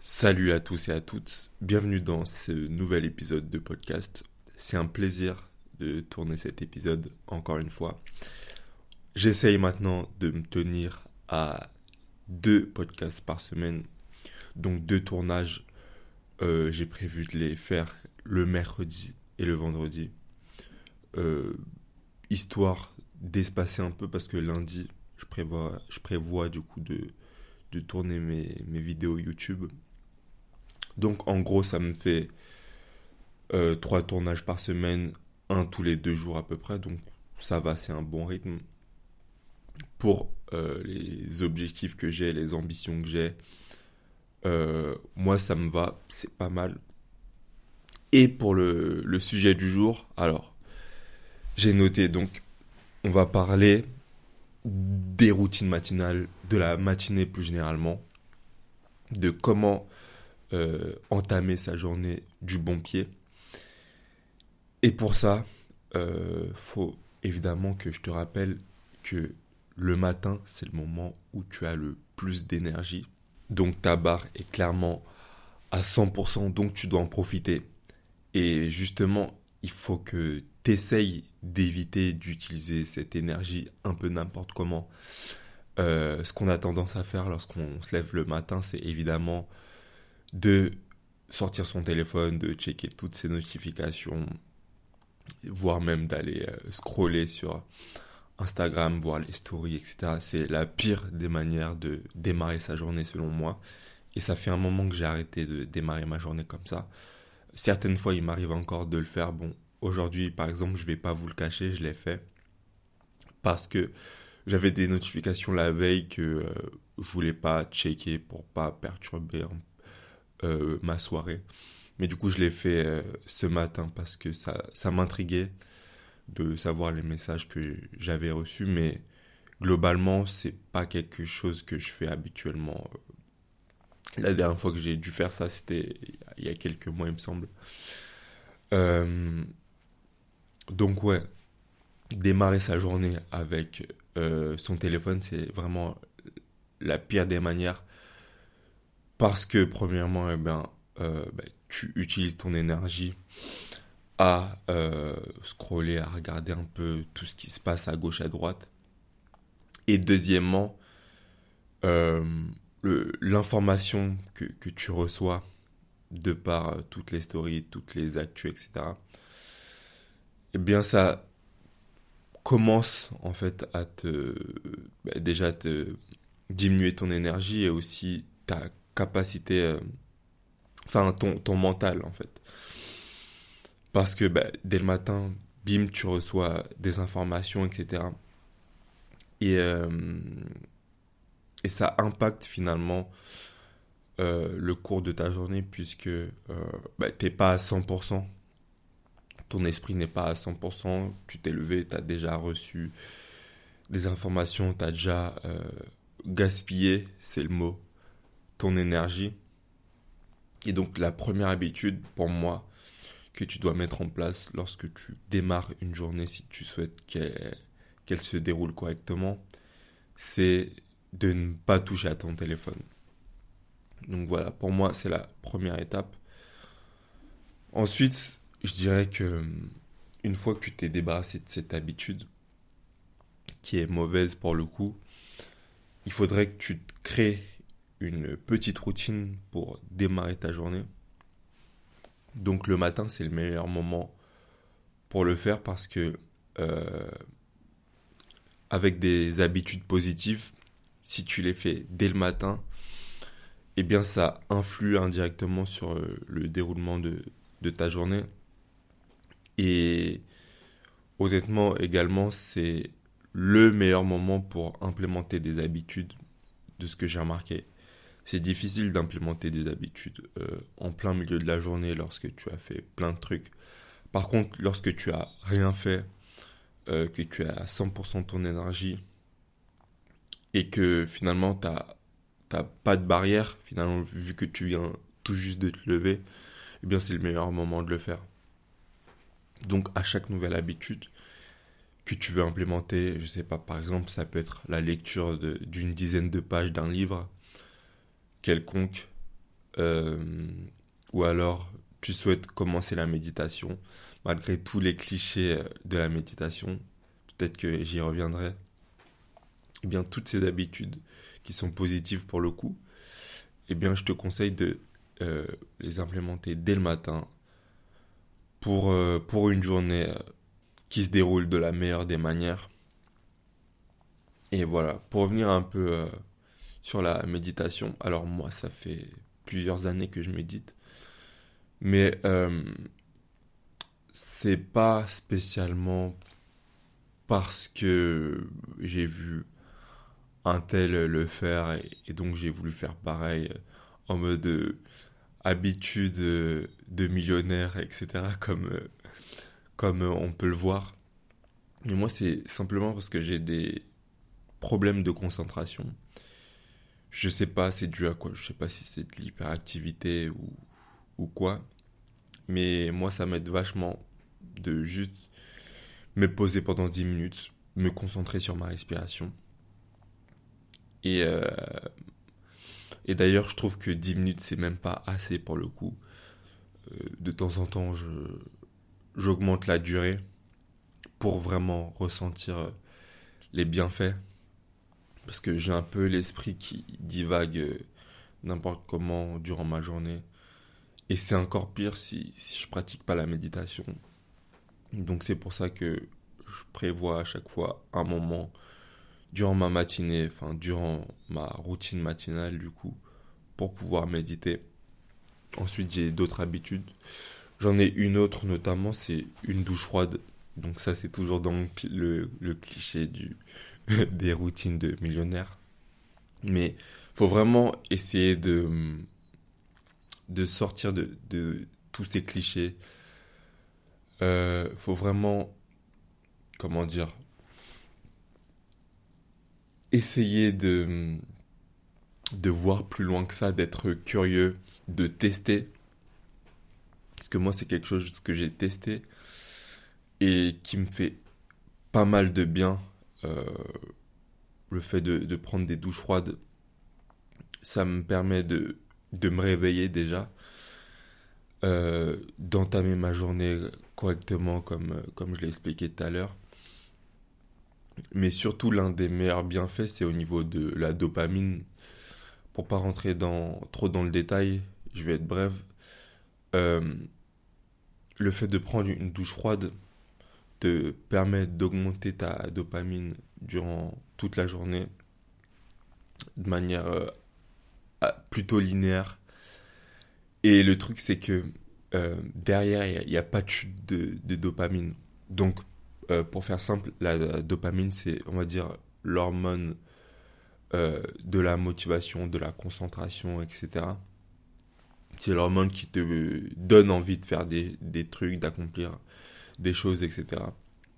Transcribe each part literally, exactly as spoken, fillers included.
Salut à tous et à toutes, bienvenue dans ce nouvel épisode de podcast. C'est un plaisir de tourner cet épisode encore une fois. J'essaye maintenant de me tenir à deux podcasts par semaine, donc deux tournages. Euh, j'ai prévu de les faire le mercredi et le vendredi, euh, histoire d'espacer un peu parce que lundi, je prévois, je prévois du coup de, de tourner mes, mes vidéos YouTube. Donc en gros, ça me fait euh, trois tournages par semaine, un tous les deux jours à peu près. Donc ça va, c'est un bon rythme. Pour euh, les objectifs que j'ai, les ambitions que j'ai, euh, moi ça me va, c'est pas mal. Et pour le, le sujet du jour, alors, j'ai noté, donc on va parler des routines matinales, de la matinée plus généralement, de comment euh, entamer sa journée du bon pied. Et pour ça, euh, faut évidemment que je te rappelle que le matin, c'est le moment où tu as le plus d'énergie. Donc ta barre est clairement à cent pour cent, donc tu dois en profiter. Et justement, il faut que tu essayes d'éviter d'utiliser cette énergie un peu n'importe comment. Euh, ce qu'on a tendance à faire lorsqu'on se lève le matin, c'est évidemment de sortir son téléphone, de checker toutes ses notifications, voire même d'aller euh, scroller sur Instagram, voir les stories, et cetera. C'est la pire des manières de démarrer sa journée selon moi. Et ça fait un moment que j'ai arrêté de démarrer ma journée comme ça. Certaines fois, il m'arrive encore de le faire. Bon, aujourd'hui, par exemple, je vais pas vous le cacher, je l'ai fait parce que j'avais des notifications la veille que euh, je voulais pas checker pour pas perturber euh, ma soirée. Mais du coup, je l'ai fait euh, ce matin parce que ça, ça m'intriguait de savoir les messages que j'avais reçus. Mais globalement, c'est pas quelque chose que je fais habituellement. La dernière fois que j'ai dû faire ça, c'était il y a quelques mois, il me semble. Euh, donc ouais, démarrer sa journée avec euh, son téléphone, c'est vraiment la pire des manières. Parce que premièrement, eh ben, euh, bah, tu utilises ton énergie à euh, scroller, à regarder un peu tout ce qui se passe à gauche, à droite. Et deuxièmement, euh, le- l'information que, que tu reçois de par euh, toutes les stories, toutes les actus, et cetera. Eh bien, ça commence en fait à te, bah, déjà te diminuer ton énergie et aussi ta capacité, euh, enfin ton, ton mental en fait. Parce que bah, dès le matin, bim, tu reçois des informations, et cetera. Et, euh, et ça impacte finalement euh, le cours de ta journée puisque euh, bah, t'es pas à cent pour cent. Ton esprit n'est pas à cent pour cent. Tu t'es levé, tu as déjà reçu des informations, tu as déjà euh, gaspillé, c'est le mot, ton énergie. Et donc la première habitude pour moi que tu dois mettre en place lorsque tu démarres une journée, si tu souhaites qu'elle, qu'elle se déroule correctement, c'est de ne pas toucher à ton téléphone. Donc voilà, pour moi, c'est la première étape. Ensuite, je dirais que une fois que tu t'es débarrassé de cette habitude, qui est mauvaise pour le coup, il faudrait que tu te crées une petite routine pour démarrer ta journée. Donc le matin, c'est le meilleur moment pour le faire parce que euh, avec des habitudes positives, si tu les fais dès le matin, eh bien ça influe indirectement sur euh, le déroulement de, de ta journée. Et honnêtement, également, c'est le meilleur moment pour implémenter des habitudes de ce que j'ai remarqué. C'est difficile d'implémenter des habitudes euh, en plein milieu de la journée lorsque tu as fait plein de trucs. Par contre, lorsque tu as rien fait, euh, que tu as à cent pour cent de ton énergie et que finalement tu n'as pas de barrière, finalement, vu que tu viens tout juste de te lever, eh bien c'est le meilleur moment de le faire. Donc à chaque nouvelle habitude que tu veux implémenter, je sais pas, par exemple, ça peut être la lecture de- d'une dizaine de pages d'un livre quelconque, euh, ou alors tu souhaites commencer la méditation, malgré tous les clichés de la méditation, peut-être que j'y reviendrai, eh bien toutes ces habitudes qui sont positives pour le coup, eh bien je te conseille de euh, les implémenter dès le matin pour, euh, pour une journée euh, qui se déroule de la meilleure des manières. Et voilà, pour revenir un peu euh, sur la méditation, alors moi ça fait plusieurs années que je médite, mais euh, c'est pas spécialement parce que j'ai vu un tel le faire et, et donc j'ai voulu faire pareil euh, en mode euh, habitude euh, de millionnaire, et cetera. Comme, euh, comme euh, on peut le voir. Mais moi c'est simplement parce que j'ai des problèmes de concentration. Je sais pas c'est dû à quoi, je sais pas si c'est de l'hyperactivité ou, ou quoi, mais moi ça m'aide vachement de juste me poser pendant dix minutes, me concentrer sur ma respiration. Et, euh, et d'ailleurs, je trouve que dix minutes, c'est même pas assez pour le coup. Euh, de temps en temps, je, j'augmente la durée pour vraiment ressentir les bienfaits. Parce que j'ai un peu l'esprit qui divague euh, n'importe comment durant ma journée. Et c'est encore pire si, si je pratique pas la méditation. Donc c'est pour ça que je prévois à chaque fois un moment durant ma matinée, enfin durant ma routine matinale du coup, pour pouvoir méditer. Ensuite j'ai d'autres habitudes. J'en ai une autre notamment, c'est une douche froide. Donc ça c'est toujours dans le, le, le cliché du, des routines de millionnaire. Mais faut vraiment essayer de, de sortir de, de tous ces clichés. Euh, faut vraiment, comment dire, essayer de, de voir plus loin que ça, d'être curieux, de tester. Parce que moi, c'est quelque chose que j'ai testé et qui me fait pas mal de bien. Euh, le fait de, de prendre des douches froides, ça me permet de, de me réveiller déjà, euh, d'entamer ma journée correctement, comme, comme je l'ai expliqué tout à l'heure. Mais surtout, l'un des meilleurs bienfaits, c'est au niveau de la dopamine. Pour pas rentrer dans, trop dans le détail, je vais être bref. Euh, le fait de prendre une douche froide te permet d'augmenter ta dopamine durant toute la journée de manière euh, plutôt linéaire. Et le truc, c'est que euh, derrière, il n'y a, a pas de chute de, de dopamine. Donc, euh, pour faire simple, la, la dopamine, c'est, on va dire, l'hormone euh, de la motivation, de la concentration, et cetera. C'est l'hormone qui te donne envie de faire des, des trucs, d'accomplir des choses, et cetera.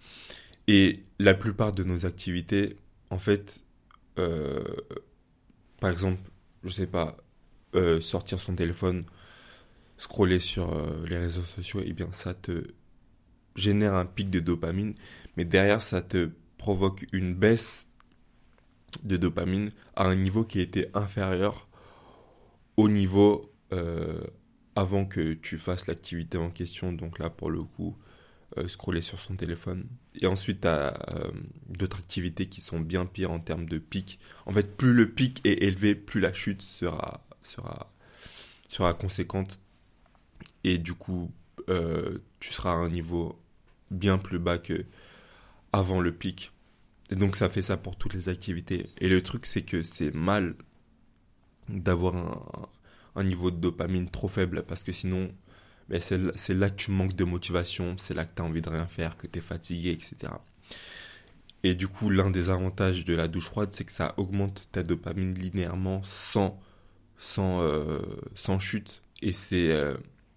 Et la plupart de nos activités, en fait, euh, par exemple, je sais pas, euh, sortir son téléphone, scroller sur euh, les réseaux sociaux, eh bien ça te génère un pic de dopamine, mais derrière ça te provoque une baisse de dopamine à un niveau qui était inférieur au niveau euh, avant que tu fasses l'activité en question. Donc là, pour le coup, euh, scroller sur son téléphone. Et ensuite, tu as euh, d'autres activités qui sont bien pires en termes de pic. En fait, plus le pic est élevé, plus la chute sera, sera, sera conséquente. Et du coup, euh, tu seras à un niveau bien plus bas que avant le pic. Et donc, ça fait ça pour toutes les activités. Et le truc, c'est que c'est mal d'avoir un, un niveau de dopamine trop faible, parce que sinon, ben c'est, c'est là que tu manques de motivation, c'est là que tu as envie de rien faire, que tu es fatigué, et cetera. Et du coup, l'un des avantages de la douche froide, c'est que ça augmente ta dopamine linéairement sans, sans, euh, sans chute. Et c'est euh,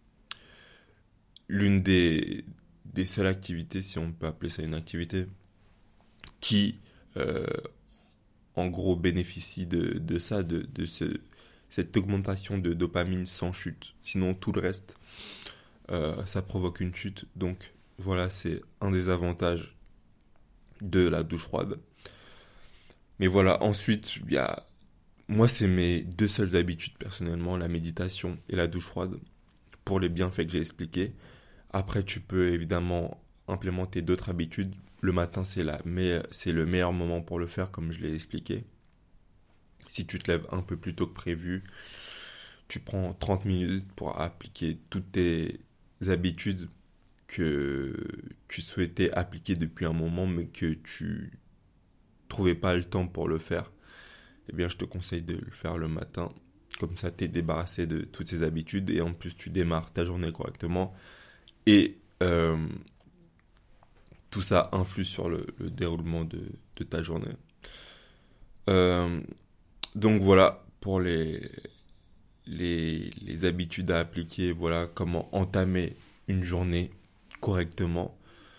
l'une des, des seules activités, si on peut appeler ça une activité, qui, euh, en gros, bénéficie de, de ça, de, de ce, cette augmentation de dopamine sans chute. Sinon, tout le reste, euh, ça provoque une chute. Donc, voilà, c'est un des avantages de la douche froide. Mais voilà, ensuite, il y a moi, c'est mes deux seules habitudes personnellement, la méditation et la douche froide, pour les bienfaits que j'ai expliqués. Après, tu peux évidemment implémenter d'autres habitudes. Le matin, c'est la me- c'est le meilleur moment pour le faire, comme je l'ai expliqué. Si tu te lèves un peu plus tôt que prévu, tu prends trente minutes pour appliquer toutes tes habitudes que tu souhaitais appliquer depuis un moment, mais que tu trouvais pas le temps pour le faire. Eh bien, je te conseille de le faire le matin. Comme ça, tu es débarrassé de toutes ces habitudes et en plus, tu démarres ta journée correctement. Et euh, tout ça influe sur le, le déroulement de, de ta journée. Euh, donc voilà pour les, les, les habitudes à appliquer. Voilà comment entamer une journée correctement.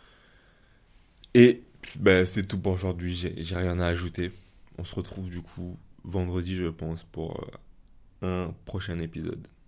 Et ben, c'est tout pour aujourd'hui. J'ai, j'ai rien à ajouter. On se retrouve du coup vendredi, je pense, pour euh, un prochain épisode.